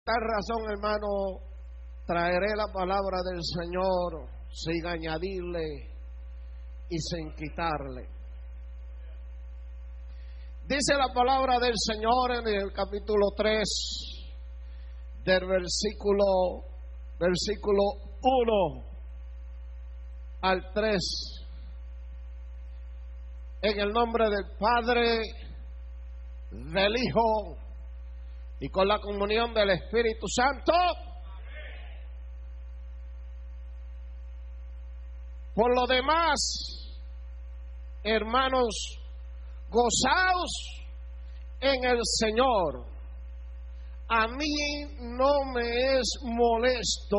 Por tal razón, hermano, traeré la palabra del Señor sin añadirle y sin quitarle. Dice la palabra del Señor en el capítulo 3 del versículo 1 al 3. En el nombre del Padre, del Hijo y con la comunión del Espíritu Santo. Por lo demás, hermanos, gozaos en el Señor. A mí no me es molesto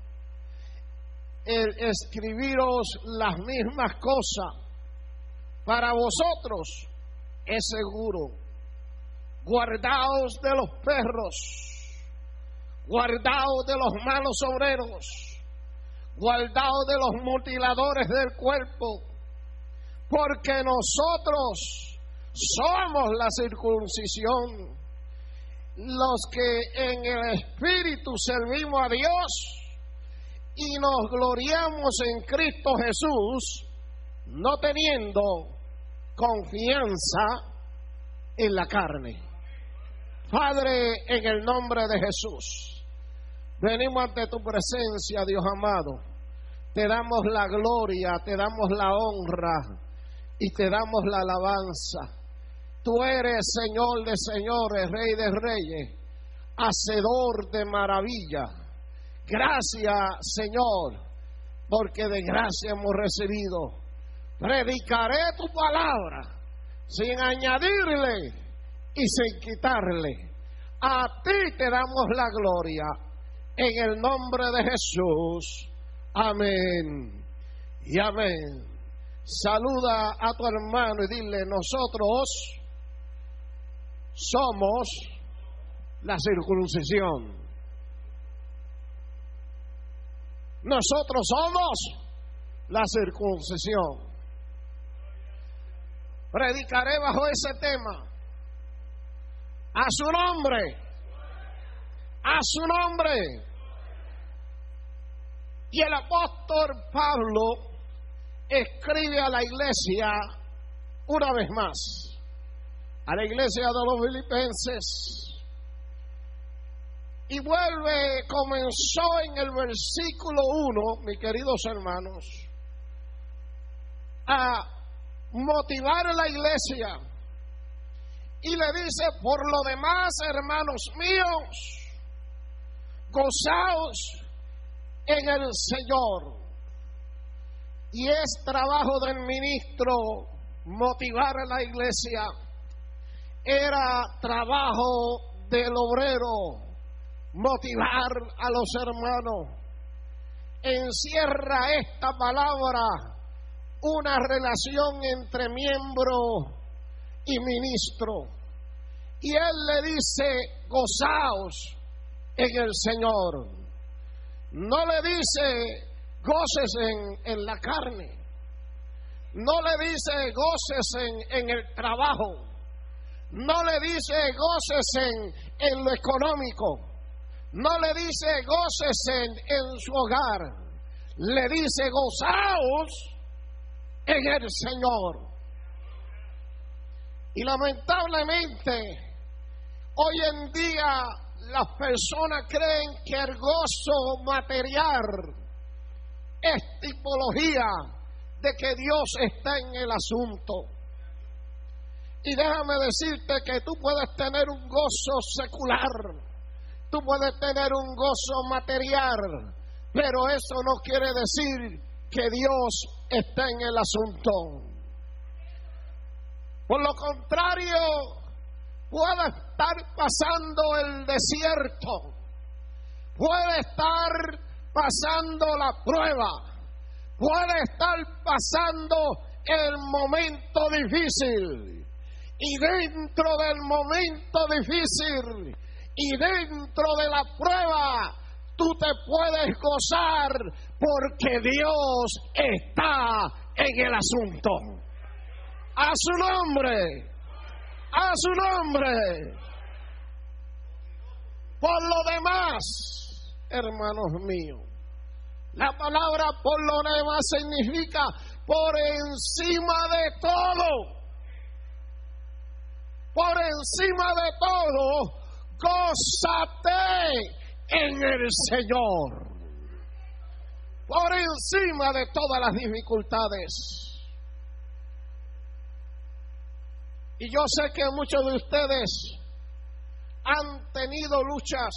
el escribiros las mismas cosas. Para vosotros es seguro. Guardaos de los perros, guardaos de los malos obreros, guardaos de los mutiladores del cuerpo, porque nosotros somos la circuncisión, los que en el Espíritu servimos a Dios y nos gloriamos en Cristo Jesús, no teniendo confianza en la carne. Padre, en el nombre de Jesús, venimos ante tu presencia, Dios amado. Te damos la gloria, te damos la honra y te damos la alabanza. Tú eres Señor de señores, Rey de reyes, hacedor de maravilla. Gracias, Señor, porque de gracia hemos recibido. Predicaré tu palabra sin añadirle y sin quitarle. A ti te damos la gloria, en el nombre de Jesús. Amén y amén. Saluda a tu hermano y dile: nosotros somos la circuncisión. Nosotros somos la circuncisión. Predicaré bajo ese tema. A su nombre. A su nombre. Y el apóstol Pablo escribe a la iglesia una vez más, a la iglesia de los filipenses, y comenzó en el versículo 1, mis queridos hermanos, a motivar a la iglesia, y le dice: por lo demás, hermanos míos, gozaos en el Señor. Y es trabajo del ministro motivar a la iglesia. Era trabajo del obrero motivar a los hermanos. Encierra esta palabra una relación entre miembro y ministro. Y él le dice: gozaos en el Señor. No le dice goces en la carne. No le dice goces en el trabajo. No le dice goces en lo económico. No le dice goces en su hogar. Le dice: gozaos en el Señor. Y lamentablemente hoy en día las personas creen que el gozo material es tipología de que Dios está en el asunto. Y déjame decirte que tú puedes tener un gozo secular, tú puedes tener un gozo material, pero eso no quiere decir que Dios está en el asunto. Por lo contrario, puede estar pasando el desierto, puede estar pasando la prueba, puede estar pasando el momento difícil, y dentro del momento difícil y dentro de la prueba tú te puedes gozar porque Dios está en el asunto. A su nombre, a su nombre. Por lo demás, hermanos míos, la palabra por lo demás significa por encima de todo. Por encima de todo, gózate en el Señor. Por encima de todas las dificultades. Y yo sé que muchos de ustedes han tenido luchas,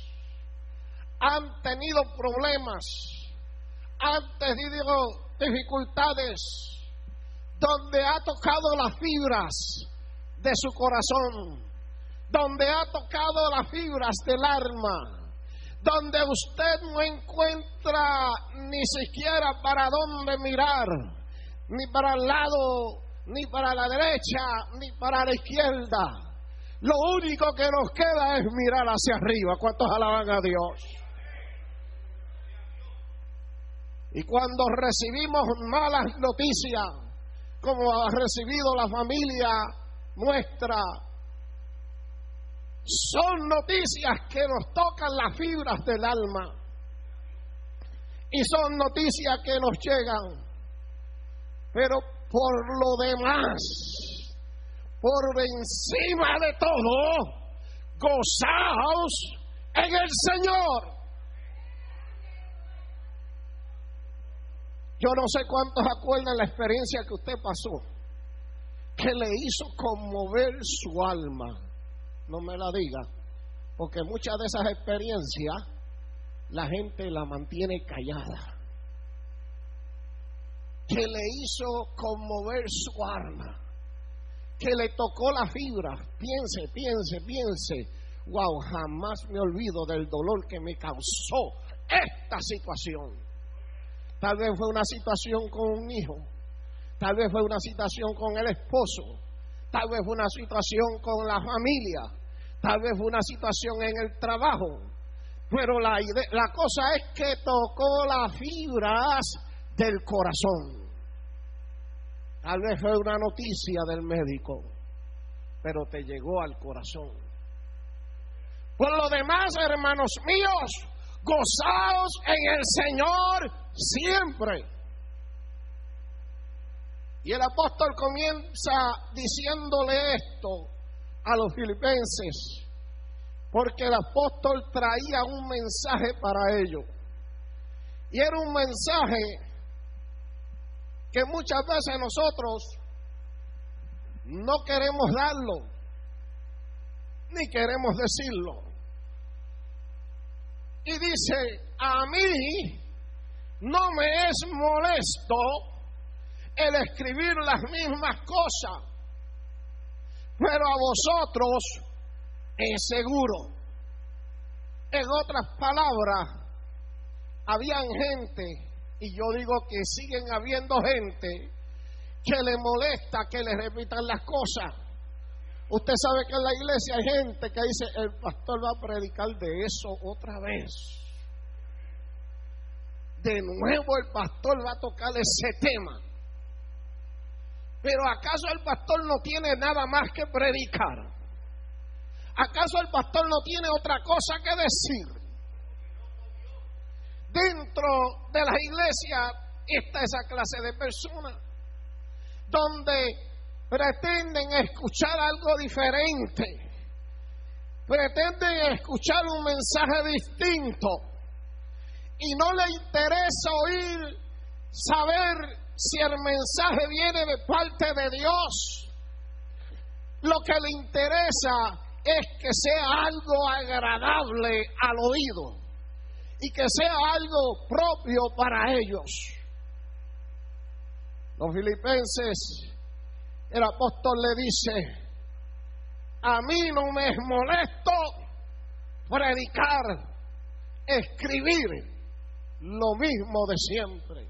han tenido problemas, han tenido dificultades, donde ha tocado las fibras de su corazón, donde ha tocado las fibras del alma, donde usted no encuentra ni siquiera para dónde mirar, ni para el lado, ni para la derecha, ni para la izquierda. Lo único que nos queda es mirar hacia arriba. ¿Cuántos alaban a Dios? Y cuando recibimos malas noticias, como ha recibido la familia nuestra, son noticias que nos tocan las fibras del alma. Y son noticias que nos llegan. Pero por lo demás, por encima de todo, gozaos en el Señor. Yo no sé cuántos acuerdan la experiencia que usted pasó, que le hizo conmover su alma. No me la diga, porque muchas de esas experiencias la gente la mantiene callada. Que le hizo conmover su alma, que le tocó la fibra. Piense. Wow, jamás me olvido del dolor que me causó esta situación. Tal vez fue una situación con un hijo, tal vez fue una situación con el esposo, tal vez fue una situación con la familia, tal vez fue una situación en el trabajo. Pero la cosa es que tocó las fibras del corazón. Tal vez fue una noticia del médico, pero te llegó al corazón. Por lo demás, hermanos míos, gozaos en el Señor siempre. Y el apóstol comienza diciéndole esto a los filipenses, porque el apóstol traía un mensaje para ellos. Y era un mensaje que muchas veces nosotros no queremos darlo, ni queremos decirlo. Y dice: a mí no me es molesto el escribir las mismas cosas, pero a vosotros es seguro. En otras palabras, habían gente, y yo digo que siguen habiendo gente, que le molesta que le repitan las cosas. Usted sabe que en la iglesia hay gente que dice: el pastor va a predicar de eso otra vez. De nuevo el pastor va a tocar ese tema. Pero ¿acaso el pastor no tiene nada más que predicar? ¿Acaso el pastor no tiene otra cosa que decir? Dentro de las iglesias está esa clase de personas donde pretenden escuchar algo diferente, pretenden escuchar un mensaje distinto y no le interesa oír, saber si el mensaje viene de parte de Dios. Lo que le interesa es que sea algo agradable al oído y que sea algo propio para ellos. Los filipenses, el apóstol le dice: a mí no me es molesto predicar, escribir lo mismo de siempre.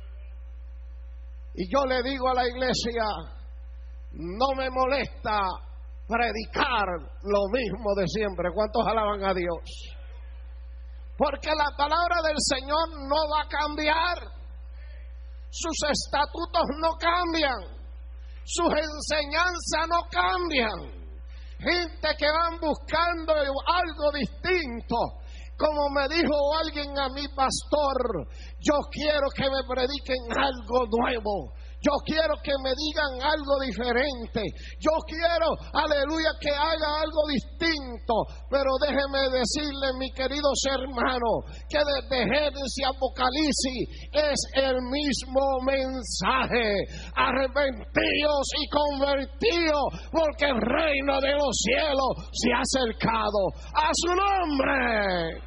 Y yo le digo a la iglesia: no me molesta predicar lo mismo de siempre. ¿Cuántos alaban a Dios? Porque la palabra del Señor no va a cambiar. Sus estatutos no cambian. Sus enseñanzas no cambian. gente que van buscando algo distinto. Como me dijo alguien a mi pastor, yo quiero que me prediquen algo nuevo. Yo quiero que me digan algo diferente. Yo quiero, aleluya, que haga algo distinto. Pero déjeme decirle, mis queridos hermanos, que desde Génesis a Apocalipsis es el mismo mensaje. Arrepentíos y convertíos, porque el reino de los cielos se ha acercado. ¡A su nombre!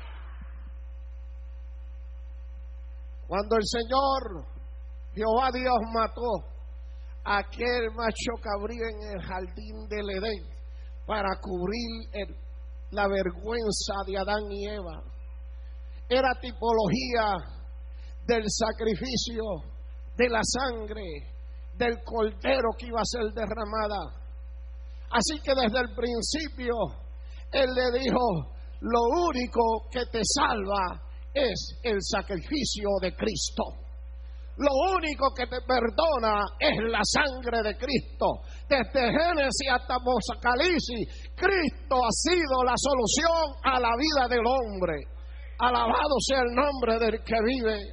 Cuando el Señor Jehová Dios mató a aquel macho cabrío en el jardín del Edén para cubrir la vergüenza de Adán y Eva, era tipología del sacrificio de la sangre del cordero que iba a ser derramada. Así que desde el principio Él le dijo: lo único que te salva es el sacrificio de Cristo. Lo único que te perdona es la sangre de Cristo. Desde Génesis hasta Apocalipsis, Cristo ha sido la solución a la vida del hombre. Alabado sea el nombre del que vive.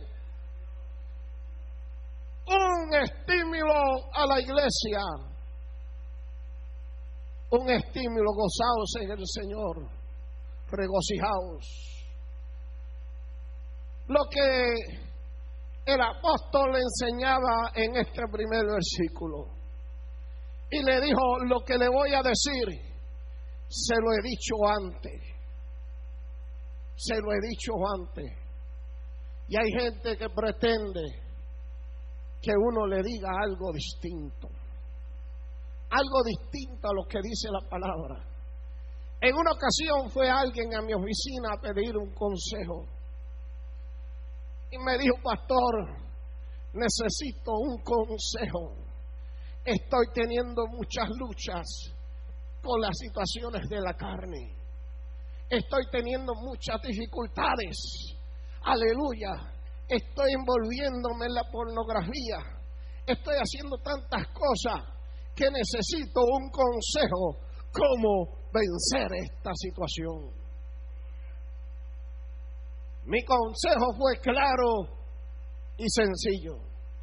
Un estímulo a la iglesia. Un estímulo: gozaos en el Señor, regocijaos. Lo que el apóstol le enseñaba en este primer versículo, y le dijo: lo que le voy a decir, se lo he dicho antes. Se lo he dicho antes. Y hay gente que pretende que uno le diga algo distinto. Algo distinto a lo que dice la palabra. En una ocasión fue alguien a mi oficina a pedir un consejo. Y me dijo: pastor, necesito un consejo. Estoy teniendo muchas luchas con las situaciones de la carne. Estoy teniendo muchas dificultades. Aleluya. Estoy envolviéndome en la pornografía. Estoy haciendo tantas cosas que necesito un consejo. ¿Cómo vencer esta situación? Mi consejo fue claro y sencillo: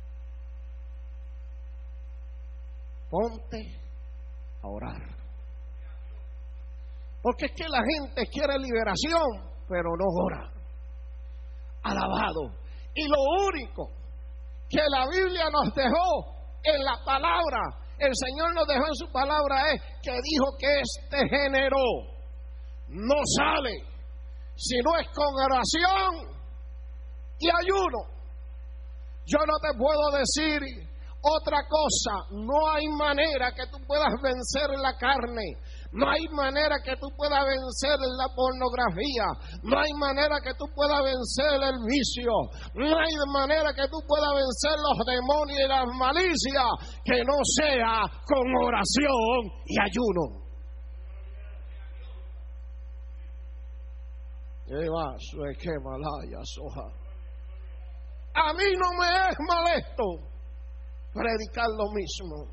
ponte a orar. Porque es que la gente quiere liberación, pero no ora. Alabado. Y lo único que la Biblia nos dejó en la palabra, el Señor nos dejó en su palabra, es que dijo que este género no sale si no es con oración y ayuno. Yo no te puedo decir otra cosa. No hay manera que tú puedas vencer la carne. No hay manera que tú puedas vencer la pornografía. No hay manera que tú puedas vencer el vicio. No hay manera que tú puedas vencer los demonios y las malicias que no sea con oración y ayuno. A mí no me es molesto predicar lo mismo,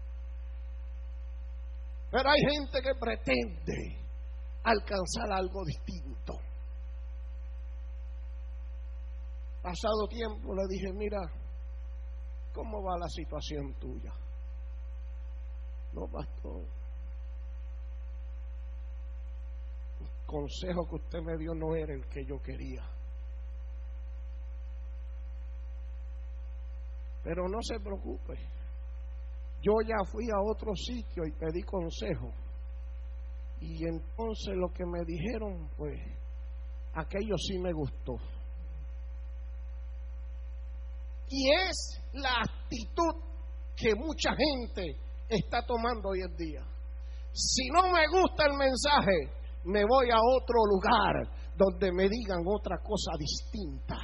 pero hay gente que pretende alcanzar algo distinto. Pasado tiempo le dije: mira, ¿cómo va la situación tuya? No, pastor, el consejo que usted me dio no era el que yo quería. Pero no se preocupe, yo ya fui a otro sitio y pedí consejo. Y entonces lo que me dijeron, pues, aquello sí me gustó. Y es la actitud que mucha gente está tomando hoy en día. Si no me gusta el mensaje, me voy a otro lugar donde me digan otra cosa distinta.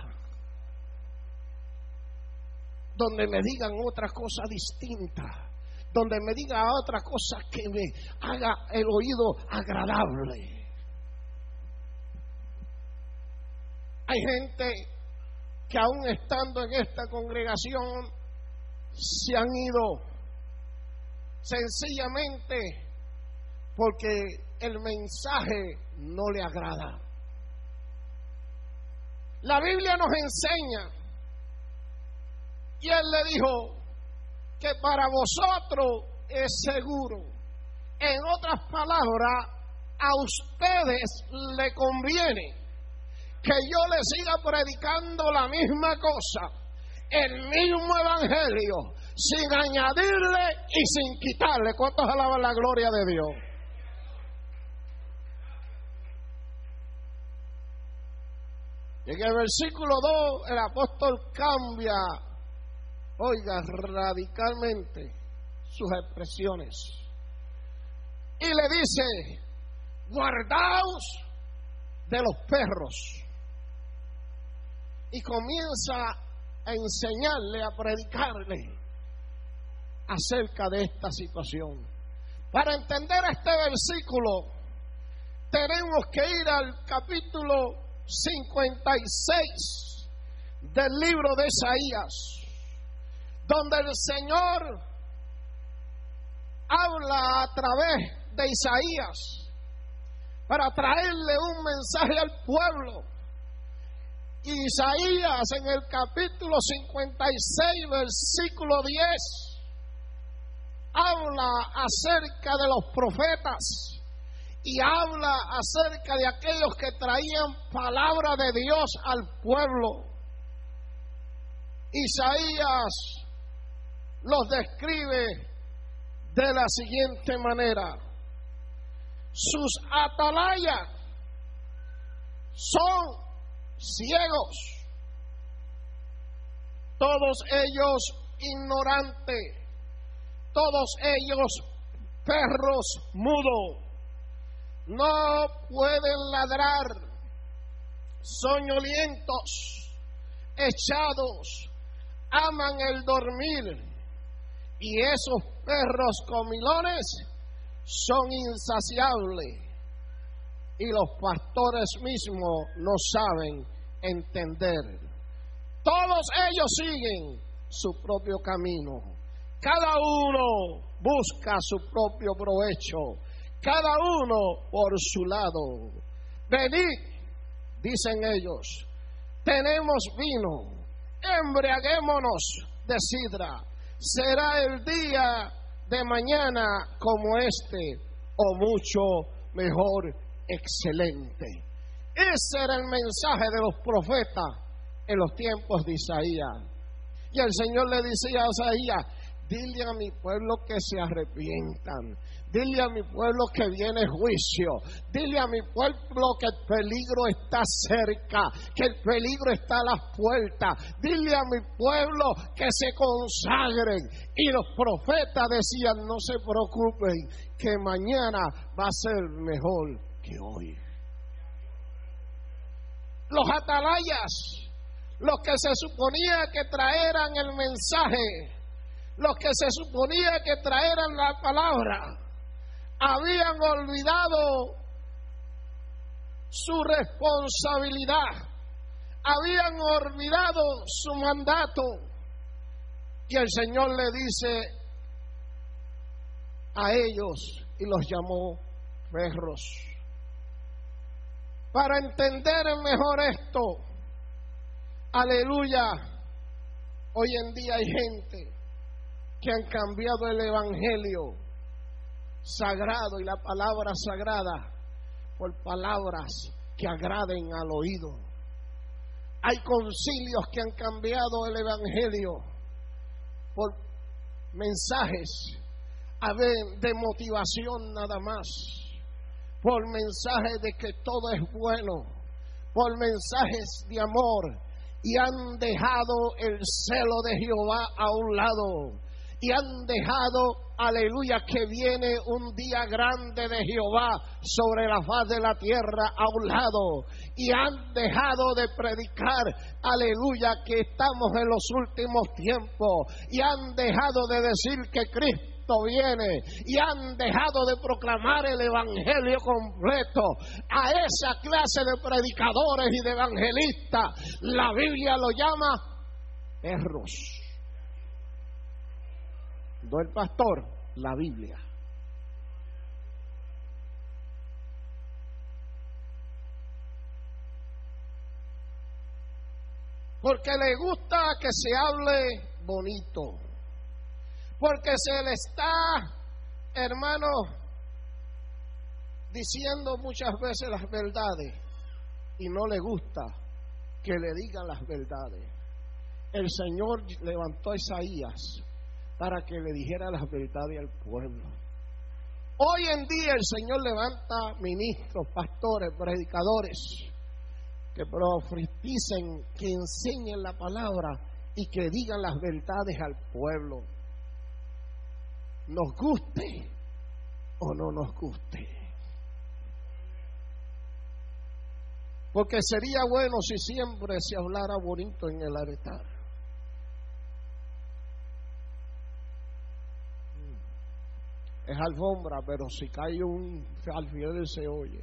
Donde me digan otra cosa distinta, donde me digan otra cosa que me haga el oído agradable. Hay gente que aún estando en esta congregación se han ido sencillamente porque el mensaje no le agrada. La Biblia nos enseña, y Él le dijo que para vosotros es seguro. En otras palabras, a ustedes le conviene que yo les siga predicando la misma cosa, el mismo evangelio, sin añadirle y sin quitarle. ¿Cuántos alaban la gloria de Dios? Y en el versículo 2 el apóstol cambia, oiga, radicalmente sus expresiones. Y le dice: guardaos de los perros. Y comienza a enseñarle, a predicarle acerca de esta situación. Para entender este versículo, tenemos que ir al capítulo 56 del libro de Isaías, donde el Señor habla a través de Isaías para traerle un mensaje al pueblo. Isaías, en el capítulo 56, versículo 10, habla acerca de los profetas y habla acerca de aquellos que traían palabra de Dios al pueblo. Isaías los describe de la siguiente manera: sus atalayas son ciegos, todos ellos ignorantes, todos ellos perros mudos, no pueden ladrar, soñolientos, echados, aman el dormir, y esos perros comilones son insaciables, y los pastores mismos no saben entender. Todos ellos siguen su propio camino, cada uno busca su propio provecho, cada uno por su lado. Venid, dicen ellos, tenemos vino, embriaguémonos de sidra. Será el día de mañana como este, o mucho mejor, excelente. Ese era el mensaje de los profetas en los tiempos de Isaías. Y el Señor le decía a Isaías: dile a mi pueblo que se arrepientan, dile a mi pueblo que viene juicio, dile a mi pueblo que el peligro está cerca, que el peligro está a las puertas, dile a mi pueblo que se consagren. Y los profetas decían: no se preocupen, que mañana va a ser mejor que hoy. Los atalayas, los que se suponía que traeran el mensaje, los que se suponía que traeran la palabra, habían olvidado su responsabilidad, habían olvidado su mandato. Y el Señor le dice a ellos, y los llamó perros. Para entender mejor esto, aleluya, hoy en día hay gente que han cambiado el evangelio sagrado y la palabra sagrada por palabras que agraden al oído. Hay concilios que han cambiado el evangelio por mensajes de motivación nada más, por mensajes de que todo es bueno, por mensajes de amor, y han dejado el celo de Jehová a un lado, y han dejado, aleluya, que viene un día grande de Jehová sobre la faz de la tierra a un lado, y han dejado de predicar, aleluya, que estamos en los últimos tiempos, y han dejado de decir que Cristo viene, y han dejado de proclamar el evangelio completo. A esa clase de predicadores y de evangelistas la Biblia lo llama perros. No el pastor, la Biblia. porque le gusta que se hable bonito, porque se le está, hermano, diciendo muchas veces las verdades y no le gusta que le digan las verdades. El Señor levantó a Isaías para que le dijera las verdades al pueblo. Hoy en día el Señor levanta ministros, pastores, predicadores que profeticen, que enseñen la palabra y que digan las verdades al pueblo. Nos guste o no nos guste. Porque sería bueno si siempre se hablara bonito en el altar. Es alfombra, pero si cae un alfiler se oye.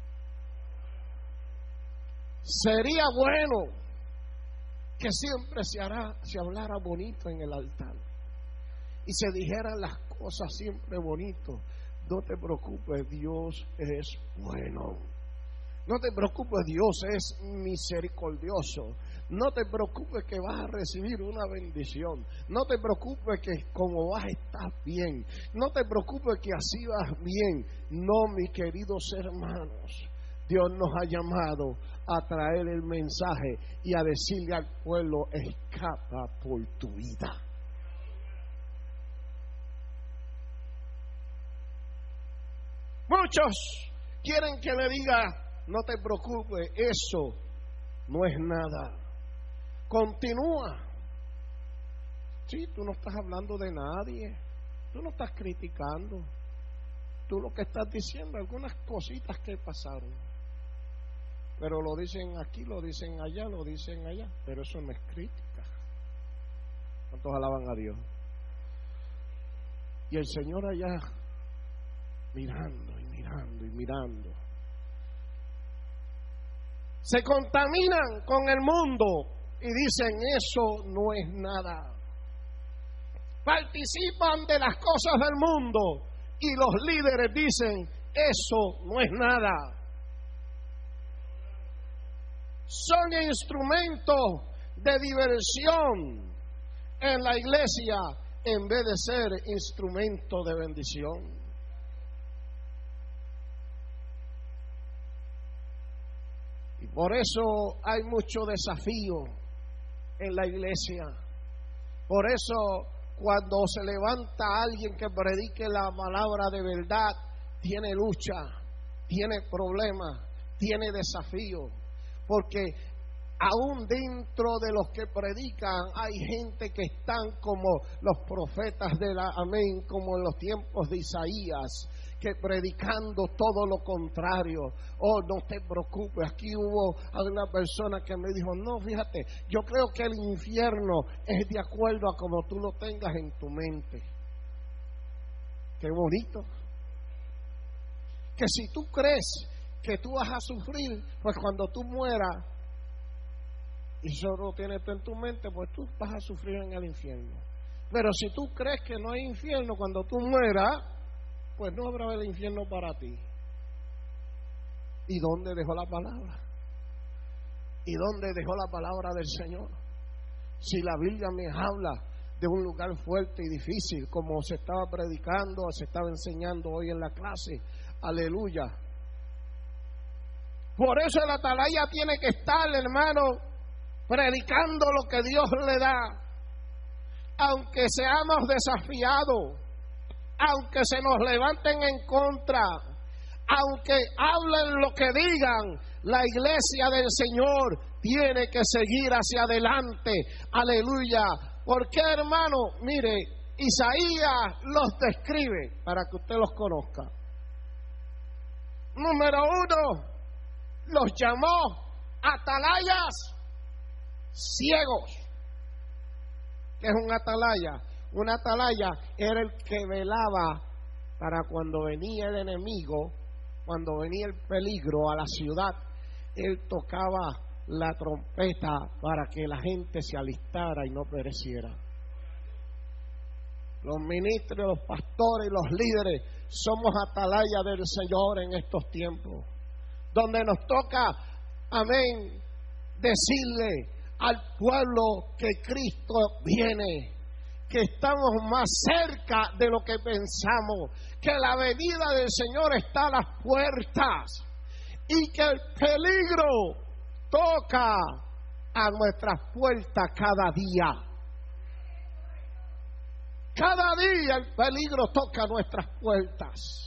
Sería bueno que siempre se hablara bonito en el altar y se dijeran las cosas siempre bonito. No te preocupes, Dios es bueno. No te preocupes, Dios es misericordioso. No te preocupes que vas a recibir una bendición. No te preocupes que como vas estás bien. No te preocupes que así vas bien. No, mis queridos hermanos. Dios nos ha llamado a traer el mensaje y a decirle al pueblo: escapa por tu vida. Muchos quieren que le diga: no te preocupes, eso no es nada. Continúa. Sí, tú no estás hablando de nadie, tú no estás criticando, tú lo que estás diciendo algunas cositas que pasaron, pero lo dicen aquí, lo dicen allá, lo dicen allá, pero eso no es crítica. ¿Cuántos alaban a Dios? Y el Señor allá mirando y mirando y mirando. Se contaminan con el mundo y dicen: eso no es nada. Participan de las cosas del mundo y los líderes dicen: eso no es nada. Son instrumentos de diversión en la iglesia en vez de ser instrumentos de bendición. Y por eso hay mucho desafío en la iglesia. Por eso cuando se levanta alguien que predique la palabra de verdad, tiene lucha, tiene problemas, tiene desafío. Porque aún dentro de los que predican hay gente que están como los profetas de la amén, como en los tiempos de Isaías, que predicando todo lo contrario. Oh, no te preocupes. Aquí hubo una persona que me dijo: no, fíjate, yo creo que el infierno es de acuerdo a como tú lo tengas en tu mente. Qué bonito. Que si tú crees que tú vas a sufrir, pues cuando tú mueras, y solo lo tienes tú en tu mente, pues tú vas a sufrir en el infierno. Pero si tú crees que no hay infierno, cuando tú mueras, pues no habrá el infierno para ti. ¿Y dónde dejó la palabra? ¿Y dónde dejó la palabra del Señor? Si la Biblia me habla de un lugar fuerte y difícil, como se estaba predicando, se estaba enseñando hoy en la clase. Aleluya. Por eso el atalaya tiene que estar, hermano, predicando lo que Dios le da. Aunque seamos desafiados, aunque se nos levanten en contra, aunque hablen lo que digan, la iglesia del Señor tiene que seguir hacia adelante. Aleluya. Porque, hermano, mire, Isaías los describe para que usted los conozca. Número 1, los llamó atalayas ciegos. ¿Qué es un atalaya? Un atalaya era el que velaba para cuando venía el enemigo, cuando venía el peligro a la ciudad. Él tocaba la trompeta para que la gente se alistara y no pereciera. Los ministros, los pastores y los líderes somos atalayas del Señor en estos tiempos, donde nos toca, amén, decirle al pueblo que Cristo viene, que estamos más cerca de lo que pensamos, que la venida del Señor está a las puertas y que el peligro toca a nuestras puertas cada día. Cada día el peligro toca nuestras puertas.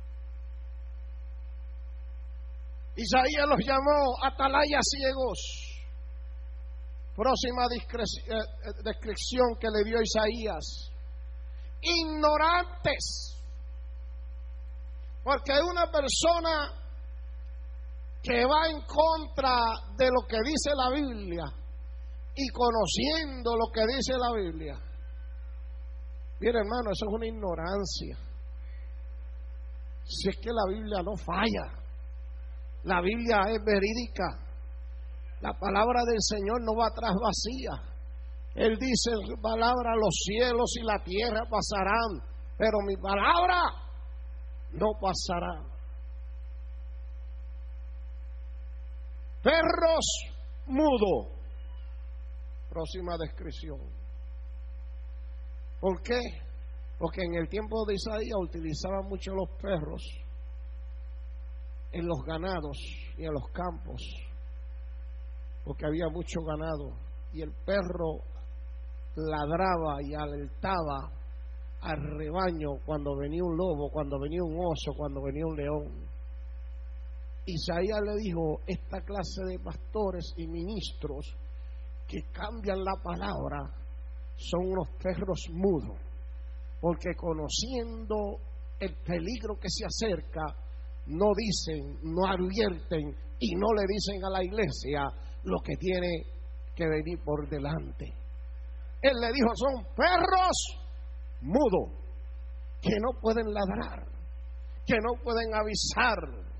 Isaías los llamó atalayas ciegos. Próxima descripción que le dio Isaías: ignorantes. Porque una persona que va en contra de lo que dice la Biblia y conociendo lo que dice la Biblia, mire, hermano, eso es una ignorancia. Si es que la Biblia no falla, la Biblia es verídica. La palabra del Señor no va atrás vacía. Él dice en su palabra: los cielos y la tierra pasarán, pero mi palabra no pasará. Perros mudos. Próxima descripción. ¿Por qué? Porque en el tiempo de Isaías utilizaban mucho los perros en los ganados y en los campos, porque había mucho ganado y el perro ladraba y alertaba al rebaño cuando venía un lobo, cuando venía un oso, cuando venía un león. Isaías le dijo: esta clase de pastores y ministros que cambian la palabra son unos perros mudos, porque conociendo el peligro que se acerca, no dicen, no advierten y no le dicen a la iglesia lo que tiene que venir por delante. Él le dijo: son perros mudos, que no pueden ladrar, que no pueden avisar.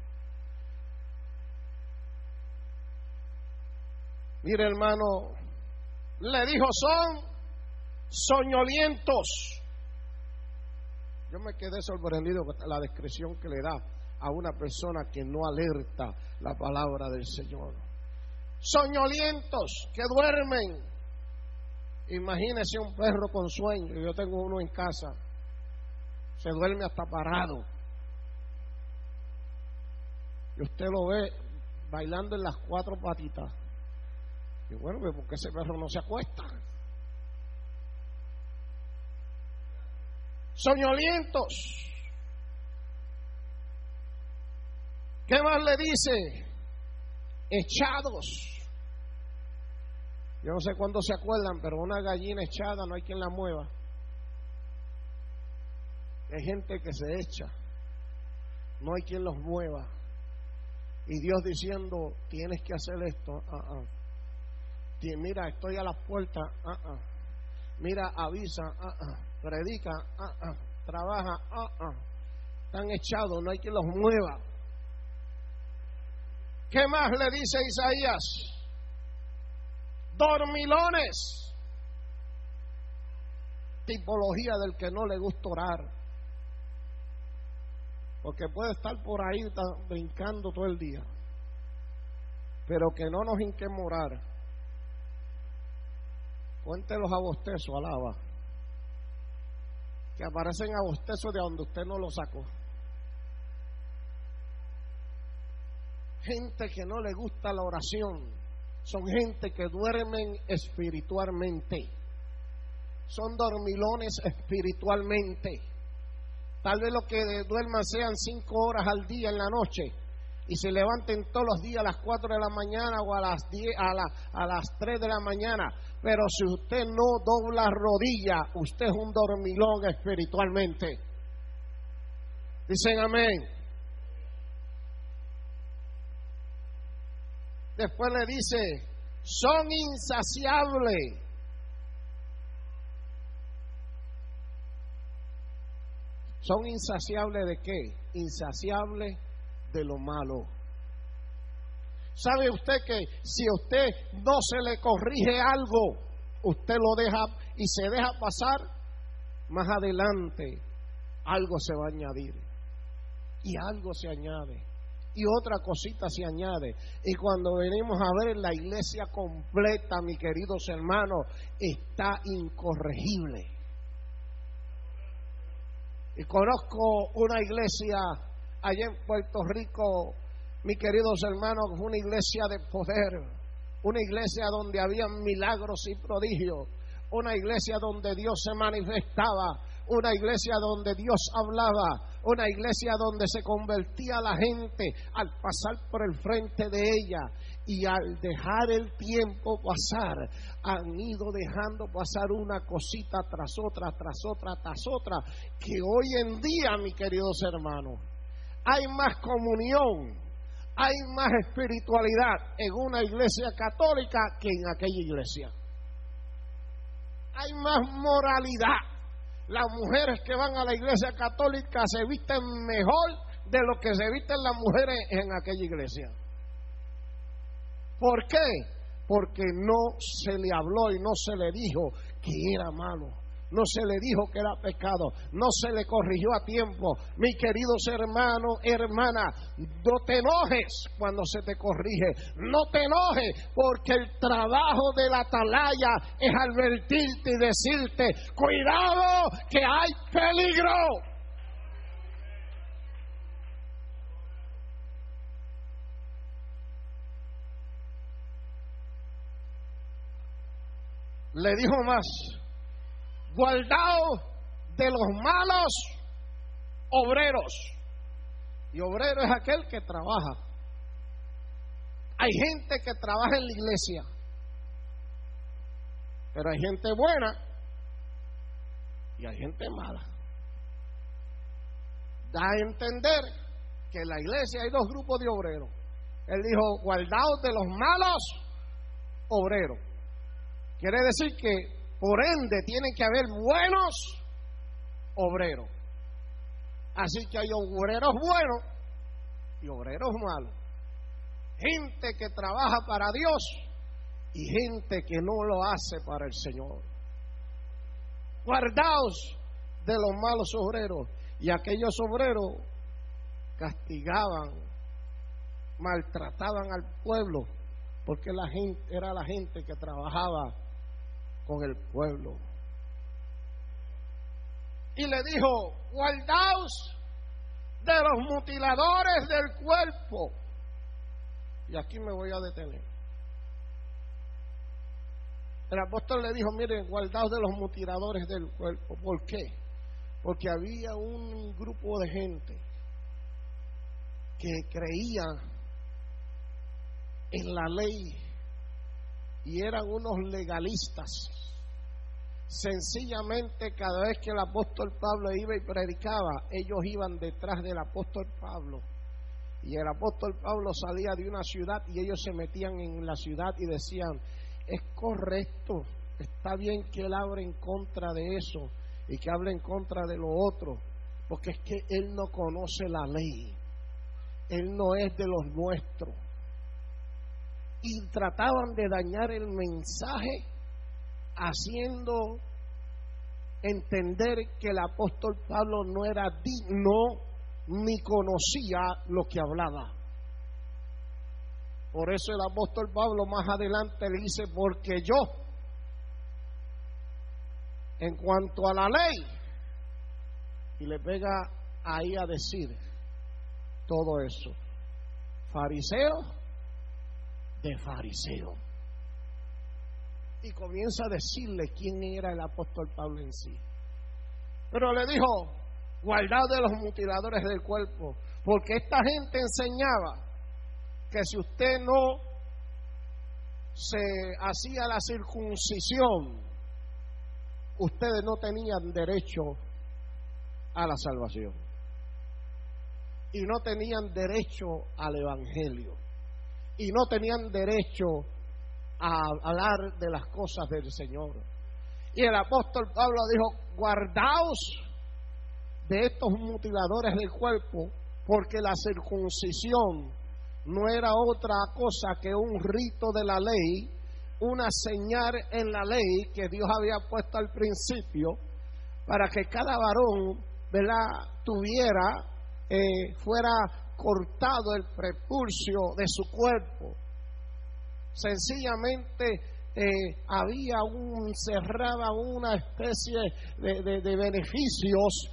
Mire, hermano, le dijo: son soñolientos. Yo me quedé sorprendido con la descripción que le da a una persona que no alerta la palabra del Señor. Soñolientos, que duermen. Imagínese un perro con sueño. Yo tengo uno en casa, se duerme hasta parado, y usted lo ve bailando en las cuatro patitas. Y bueno, ¿por qué ese perro no se acuesta? Soñolientos. ¿Qué más le dice? Echados. Yo no sé cuándo se acuerdan, pero una gallina echada no hay quien la mueva. Hay gente que se echa, no hay quien los mueva. Y Dios diciendo: tienes que hacer esto. Mira, estoy a las puertas. Mira, avisa. Predica. Trabaja. Están echados, no hay quien los mueva. ¿Qué más le dice Isaías? Dormilones. Tipología del que no le gusta orar, porque puede estar por ahí brincando todo el día, pero que no nos hinquemos a orar. Cuente los abostezos, alaba, que aparecen abostezos de donde usted no lo sacó. Gente que no le gusta la oración son gente que duermen espiritualmente, son dormilones espiritualmente. Tal vez lo que duerman sean 5 horas al día en la noche y se levanten todos los días a las 4 de la mañana o a las 10, a las 3 de la mañana. Pero si usted no dobla rodilla, usted es un dormilón espiritualmente. Dicen amén. Después le dice: son insaciables. ¿Son insaciables de qué? Insaciables de lo malo. ¿Sabe usted que si a usted no se le corrige algo, usted lo deja y se deja pasar? Más adelante algo se va a añadir. Y algo se añade. y otra cosita se añade. Y cuando venimos a ver, la iglesia completa, mis queridos hermanos, está incorregible. Y conozco una iglesia allá en Puerto Rico, mis queridos hermanos, una iglesia de poder, una iglesia donde había milagros y prodigios, una iglesia donde Dios se manifestaba, una iglesia donde Dios hablaba, una iglesia donde se convertía la gente al pasar por el frente de ella. Y al dejar el tiempo pasar, han ido dejando pasar una cosita tras otra, tras otra, tras otra, que hoy en día, mis queridos hermanos, hay más comunión, hay más espiritualidad en una iglesia católica que en aquella iglesia. Hay más moralidad. Las mujeres que van a la iglesia católica se visten mejor de lo que se visten las mujeres en aquella iglesia. ¿Por qué? Porque no se le habló y no se le dijo que era malo, no se le dijo que era pecado, no se le corrigió a tiempo. Mis queridos hermanos, hermanas, no te enojes cuando se te corrige, no te enojes, porque el trabajo de la atalaya es advertirte y decirte: cuidado que hay peligro. Le dijo más: guardaos de los malos obreros. Y obrero es aquel que trabaja. Hay gente que trabaja en la iglesia, pero hay gente buena y hay gente mala. Da a entender que en la iglesia hay dos grupos de obreros. Él dijo: guardaos de los malos obreros. Quiere decir que por ende tienen que haber buenos obreros. Así que hay obreros buenos y obreros malos. Gente que trabaja para Dios y gente que no lo hace para el Señor. Guardaos de los malos obreros. Y aquellos obreros castigaban, maltrataban al pueblo, porque la gente era la gente que trabajaba con el pueblo. Y le dijo: guardaos de los mutiladores del cuerpo. Y aquí me voy a detener. El apóstol le dijo: miren, guardaos de los mutiladores del cuerpo. ¿Por qué? Porque había un grupo de gente que creía en la ley y eran unos legalistas. Sencillamente, cada vez que el apóstol Pablo iba y predicaba, ellos iban detrás del apóstol Pablo. Y el apóstol Pablo salía de una ciudad y ellos se metían en la ciudad y decían: es correcto, está bien que él hable en contra de eso y que hable en contra de lo otro, porque es que él no conoce la ley, él no es de los nuestros. Y trataban de dañar el mensaje, haciendo entender que el apóstol Pablo no era digno ni conocía lo que hablaba. Por eso el apóstol Pablo más adelante le dice: porque yo, en cuanto a la ley, y le pega ahí a decir todo eso, fariseo de fariseo. Y comienza a decirle quién era el apóstol Pablo en sí. Pero le dijo: guardad de los mutiladores del cuerpo, porque esta gente enseñaba que si usted no se hacía la circuncisión, ustedes no tenían derecho a la salvación y no tenían derecho al evangelio y no tenían derecho a hablar de las cosas del Señor. Y el apóstol Pablo dijo: guardaos de estos mutiladores del cuerpo, porque la circuncisión no era otra cosa que un rito de la ley, una señal en la ley que Dios había puesto al principio para que cada varón, ¿verdad?, tuviera, fuera cortado el prepulcio de su cuerpo. Sencillamente cerraba una especie de beneficios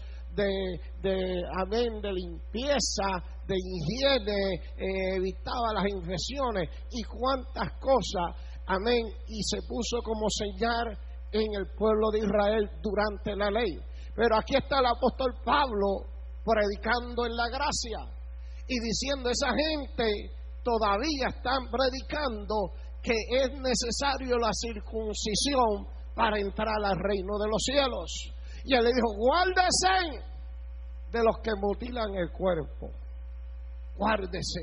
de limpieza, de higiene, evitaba las infecciones y cuantas cosas, amén, y se puso como señal en el pueblo de Israel durante la ley. Pero aquí está el apóstol Pablo predicando en la gracia y diciendo: esa gente todavía están predicando que es necesario la circuncisión para entrar al reino de los cielos. Y él le dijo: guárdese de los que mutilan el cuerpo, guárdese,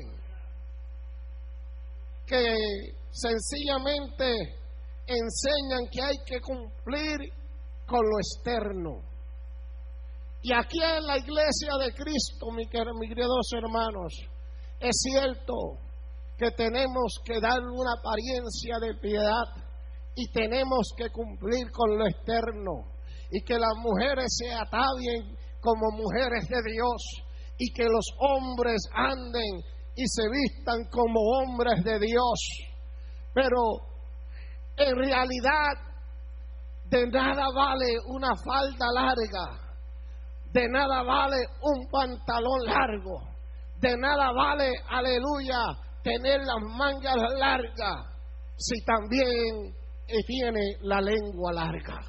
que sencillamente enseñan que hay que cumplir con lo externo. Y aquí en la iglesia de Cristo, mis queridos hermanos, es cierto que tenemos que darle una apariencia de piedad y tenemos que cumplir con lo externo, y que las mujeres se atavien como mujeres de Dios, y que los hombres anden y se vistan como hombres de Dios. Pero en realidad de nada vale una falda larga, de nada vale un pantalón largo, de nada vale, aleluya, tener las mangas largas si también tiene la lengua larga.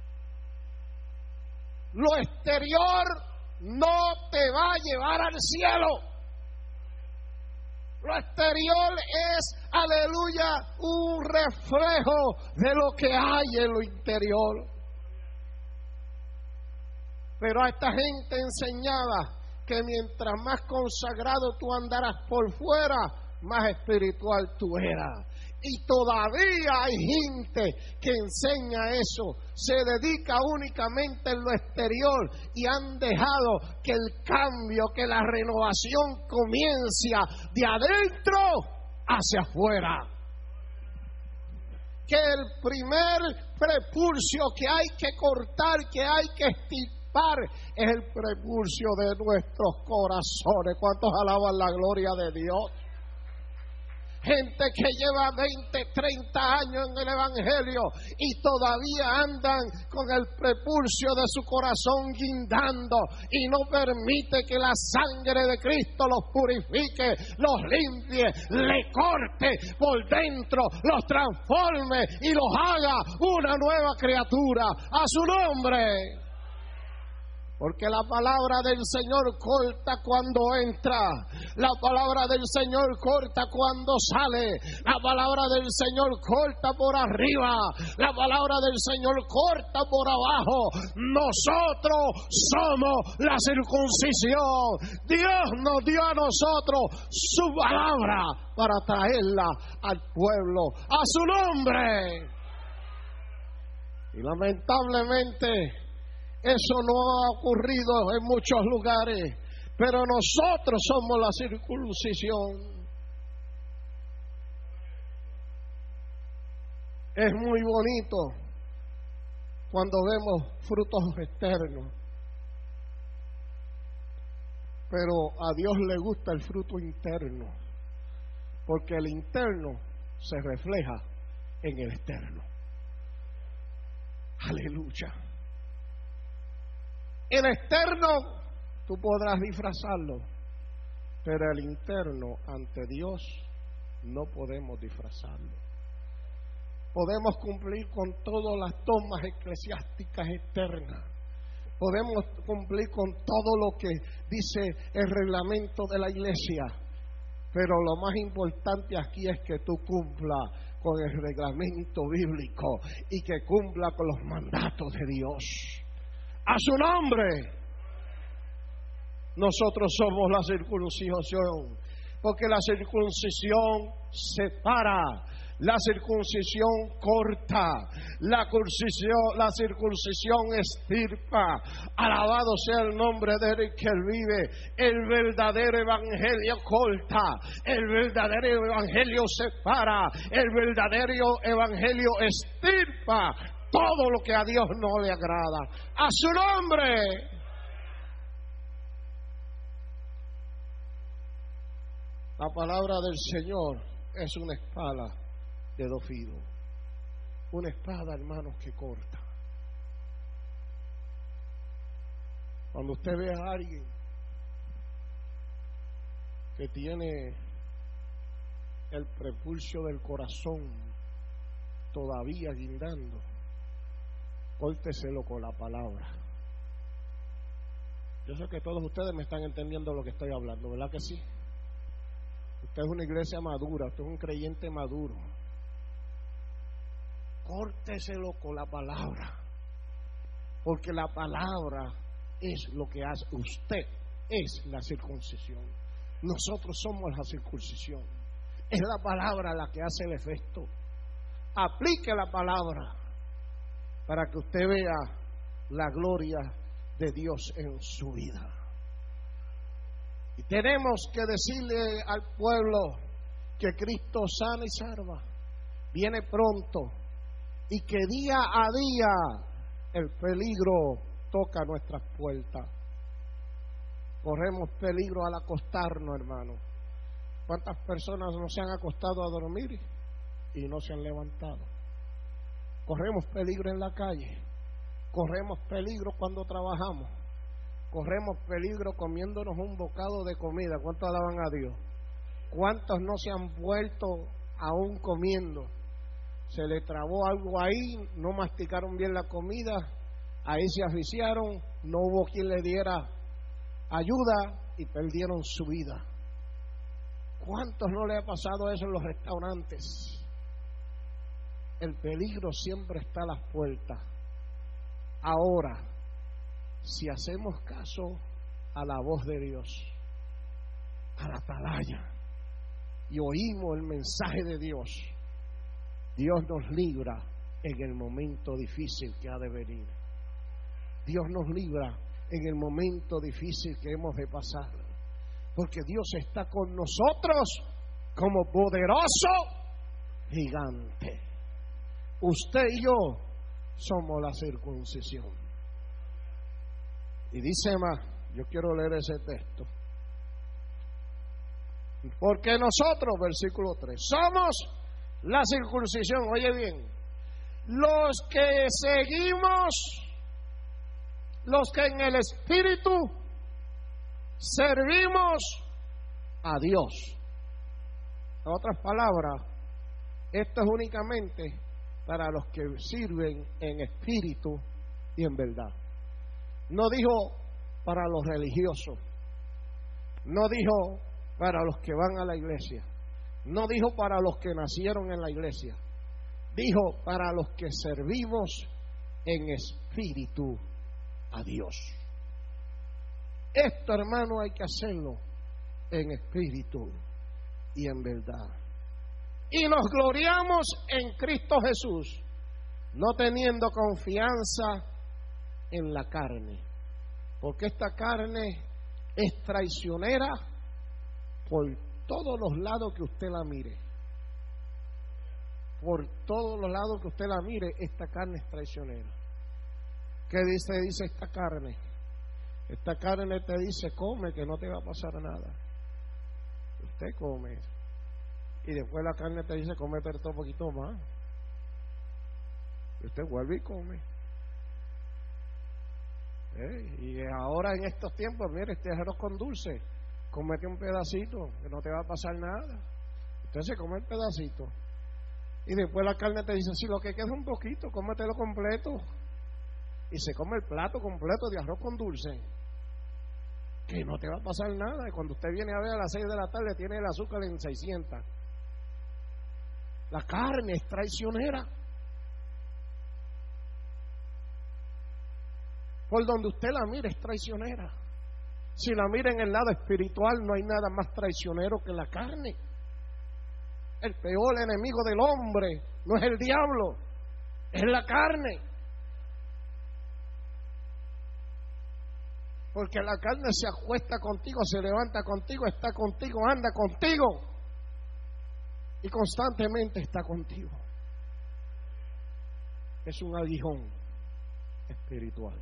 Lo exterior no te va a llevar al cielo. Lo exterior es, aleluya, un reflejo de lo que hay en lo interior. Pero a esta gente enseñaba que mientras más consagrado tú andaras por fuera, más espiritual tú eras. Y todavía hay gente que enseña eso, se dedica únicamente en lo exterior y han dejado que el cambio, que la renovación comience de adentro hacia afuera. Que el primer prepulcio que hay que cortar, que hay que extirpar, es el prepulcio de nuestros corazones. ¿Cuántos alaban la gloria de Dios? Gente que lleva 20, 30 años en el Evangelio y todavía andan con el prepulcio de su corazón guindando y no permite que la sangre de Cristo los purifique, los limpie, le corte por dentro, los transforme y los haga una nueva criatura. A su nombre. Porque la palabra del Señor corta cuando entra, la palabra del Señor corta cuando sale, la palabra del Señor corta por arriba, la palabra del Señor corta por abajo. Nosotros somos la circuncisión. Dios nos dio a nosotros su palabra para traerla al pueblo. A su nombre. Y lamentablemente eso no ha ocurrido en muchos lugares, pero nosotros somos la circuncisión. Es muy bonito cuando vemos frutos externos, pero a Dios le gusta el fruto interno, porque el interno se refleja en el externo. Aleluya. El externo tú podrás disfrazarlo, pero el interno ante Dios no podemos disfrazarlo. Podemos cumplir con todas las normas eclesiásticas externas, podemos cumplir con todo lo que dice el reglamento de la iglesia, pero lo más importante aquí es que tú cumplas con el reglamento bíblico y que cumpla con los mandatos de Dios. A su nombre. Nosotros somos la circuncisión, porque la circuncisión separa, la circuncisión corta, la circuncisión extirpa. Alabado sea el nombre de Él que Él vive. El verdadero evangelio corta, el verdadero evangelio separa, el verdadero evangelio extirpa todo lo que a Dios no le agrada. A su nombre. La palabra del Señor es una espada de dos filos. Una espada, hermanos, que corta. Cuando usted ve a alguien que tiene el prepulso del corazón todavía guindando, córteselo con la palabra. Yo sé que todos ustedes me están entendiendo lo que estoy hablando, ¿verdad que sí? Usted es una iglesia madura, usted es un creyente maduro. Córteselo con la palabra, porque la palabra es lo que hace. Usted es la circuncisión. Nosotros somos la circuncisión. Es la palabra la que hace el efecto. Aplique la palabra para que usted vea la gloria de Dios en su vida. Y tenemos que decirle al pueblo que Cristo sana y salva, viene pronto, y que día a día el peligro toca nuestras puertas. Corremos peligro al acostarnos, hermano. ¿Cuántas personas no se han acostado a dormir y no se han levantado? Corremos peligro en la calle. Corremos peligro cuando trabajamos. Corremos peligro comiéndonos un bocado de comida. ¿Cuántos alaban a Dios? ¿Cuántos no se han vuelto aún comiendo? Se le trabó algo ahí, no masticaron bien la comida, ahí se asfixiaron, no hubo quien le diera ayuda y perdieron su vida. ¿Cuántos no le ha pasado eso en los restaurantes? El peligro siempre está a las puertas. Ahora, si hacemos caso a la voz de Dios, a la atalaya, y oímos el mensaje de Dios, Dios nos libra en el momento difícil que ha de venir. Dios nos libra en el momento difícil que hemos de pasar, porque Dios está con nosotros como poderoso gigante. Usted y yo somos la circuncisión. Y dice más, yo quiero leer ese texto, porque nosotros, versículo 3, somos la circuncisión. Oye bien, los que seguimos, los que en el Espíritu servimos a Dios. En otras palabras, esto es únicamente para los que sirven en espíritu y en verdad. No dijo para los religiosos, no dijo para los que van a la iglesia, no dijo para los que nacieron en la iglesia, dijo para los que servimos en espíritu a Dios. Esto, hermano, hay que hacerlo en espíritu y en verdad. Y nos gloriamos en Cristo Jesús, no teniendo confianza en la carne, porque esta carne es traicionera por todos los lados que usted la mire. Por todos los lados que usted la mire, esta carne es traicionera. ¿Qué dice esta carne? Esta carne te dice, come, que no te va a pasar nada. Usted come. Y después la carne te dice, come pero un poquito más. Y usted vuelve y come. Y ahora en estos tiempos, mire, este arroz con dulce, cómete un pedacito, que no te va a pasar nada. Usted se come el pedacito. Y después la carne te dice, si lo que queda es un poquito, cómetelo completo. Y se come el plato completo de arroz con dulce, que no te va a pasar nada. Y cuando usted viene a ver a las 6 de la tarde, tiene el azúcar en 600. La carne es traicionera. Por donde usted la mire es traicionera. Si la mira en el lado espiritual, no hay nada más traicionero que la carne. El peor enemigo del hombre no es el diablo, es la carne. Porque la carne se acuesta contigo, se levanta contigo, está contigo, anda contigo y constantemente está contigo. Es un aguijón espiritual.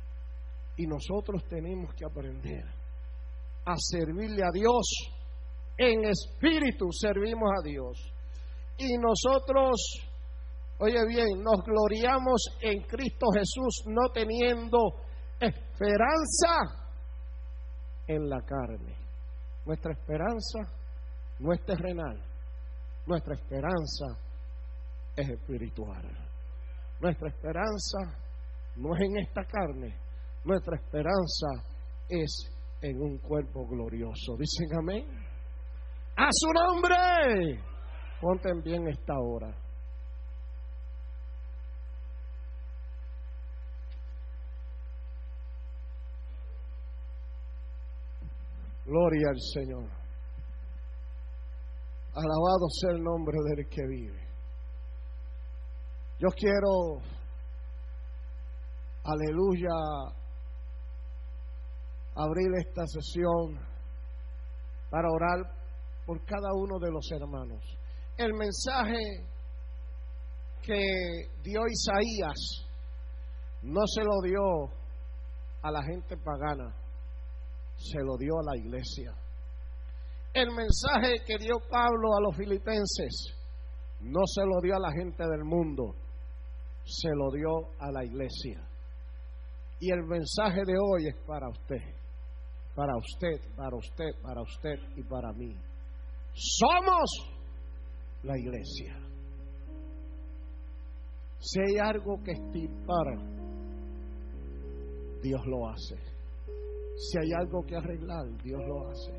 Y nosotros tenemos que aprender a servirle a Dios en espíritu servimos a Dios. Y nosotros, oye bien, nos gloriamos en Cristo Jesús, no teniendo esperanza en la carne. Nuestra esperanza no es terrenal, nuestra esperanza es espiritual. Nuestra esperanza no es en esta carne, nuestra esperanza es en un cuerpo glorioso. Dicen amén. ¡A su nombre! Ponte en bien esta hora. Gloria al Señor. Alabado sea el nombre del que vive. Yo quiero, aleluya, abrir esta sesión para orar por cada uno de los hermanos. El mensaje que dio Isaías no se lo dio a la gente pagana, se lo dio a la iglesia. El mensaje que dio Pablo a los filipenses no se lo dio a la gente del mundo, se lo dio a la iglesia. Y el mensaje de hoy es para usted, para usted, para usted, para usted y para mí. Somos la iglesia. Si hay algo que extirpar, Dios lo hace. Si hay algo que arreglar, Dios lo hace.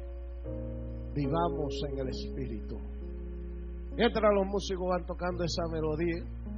Vivamos en el Espíritu. Mientras los músicos van tocando esa melodía,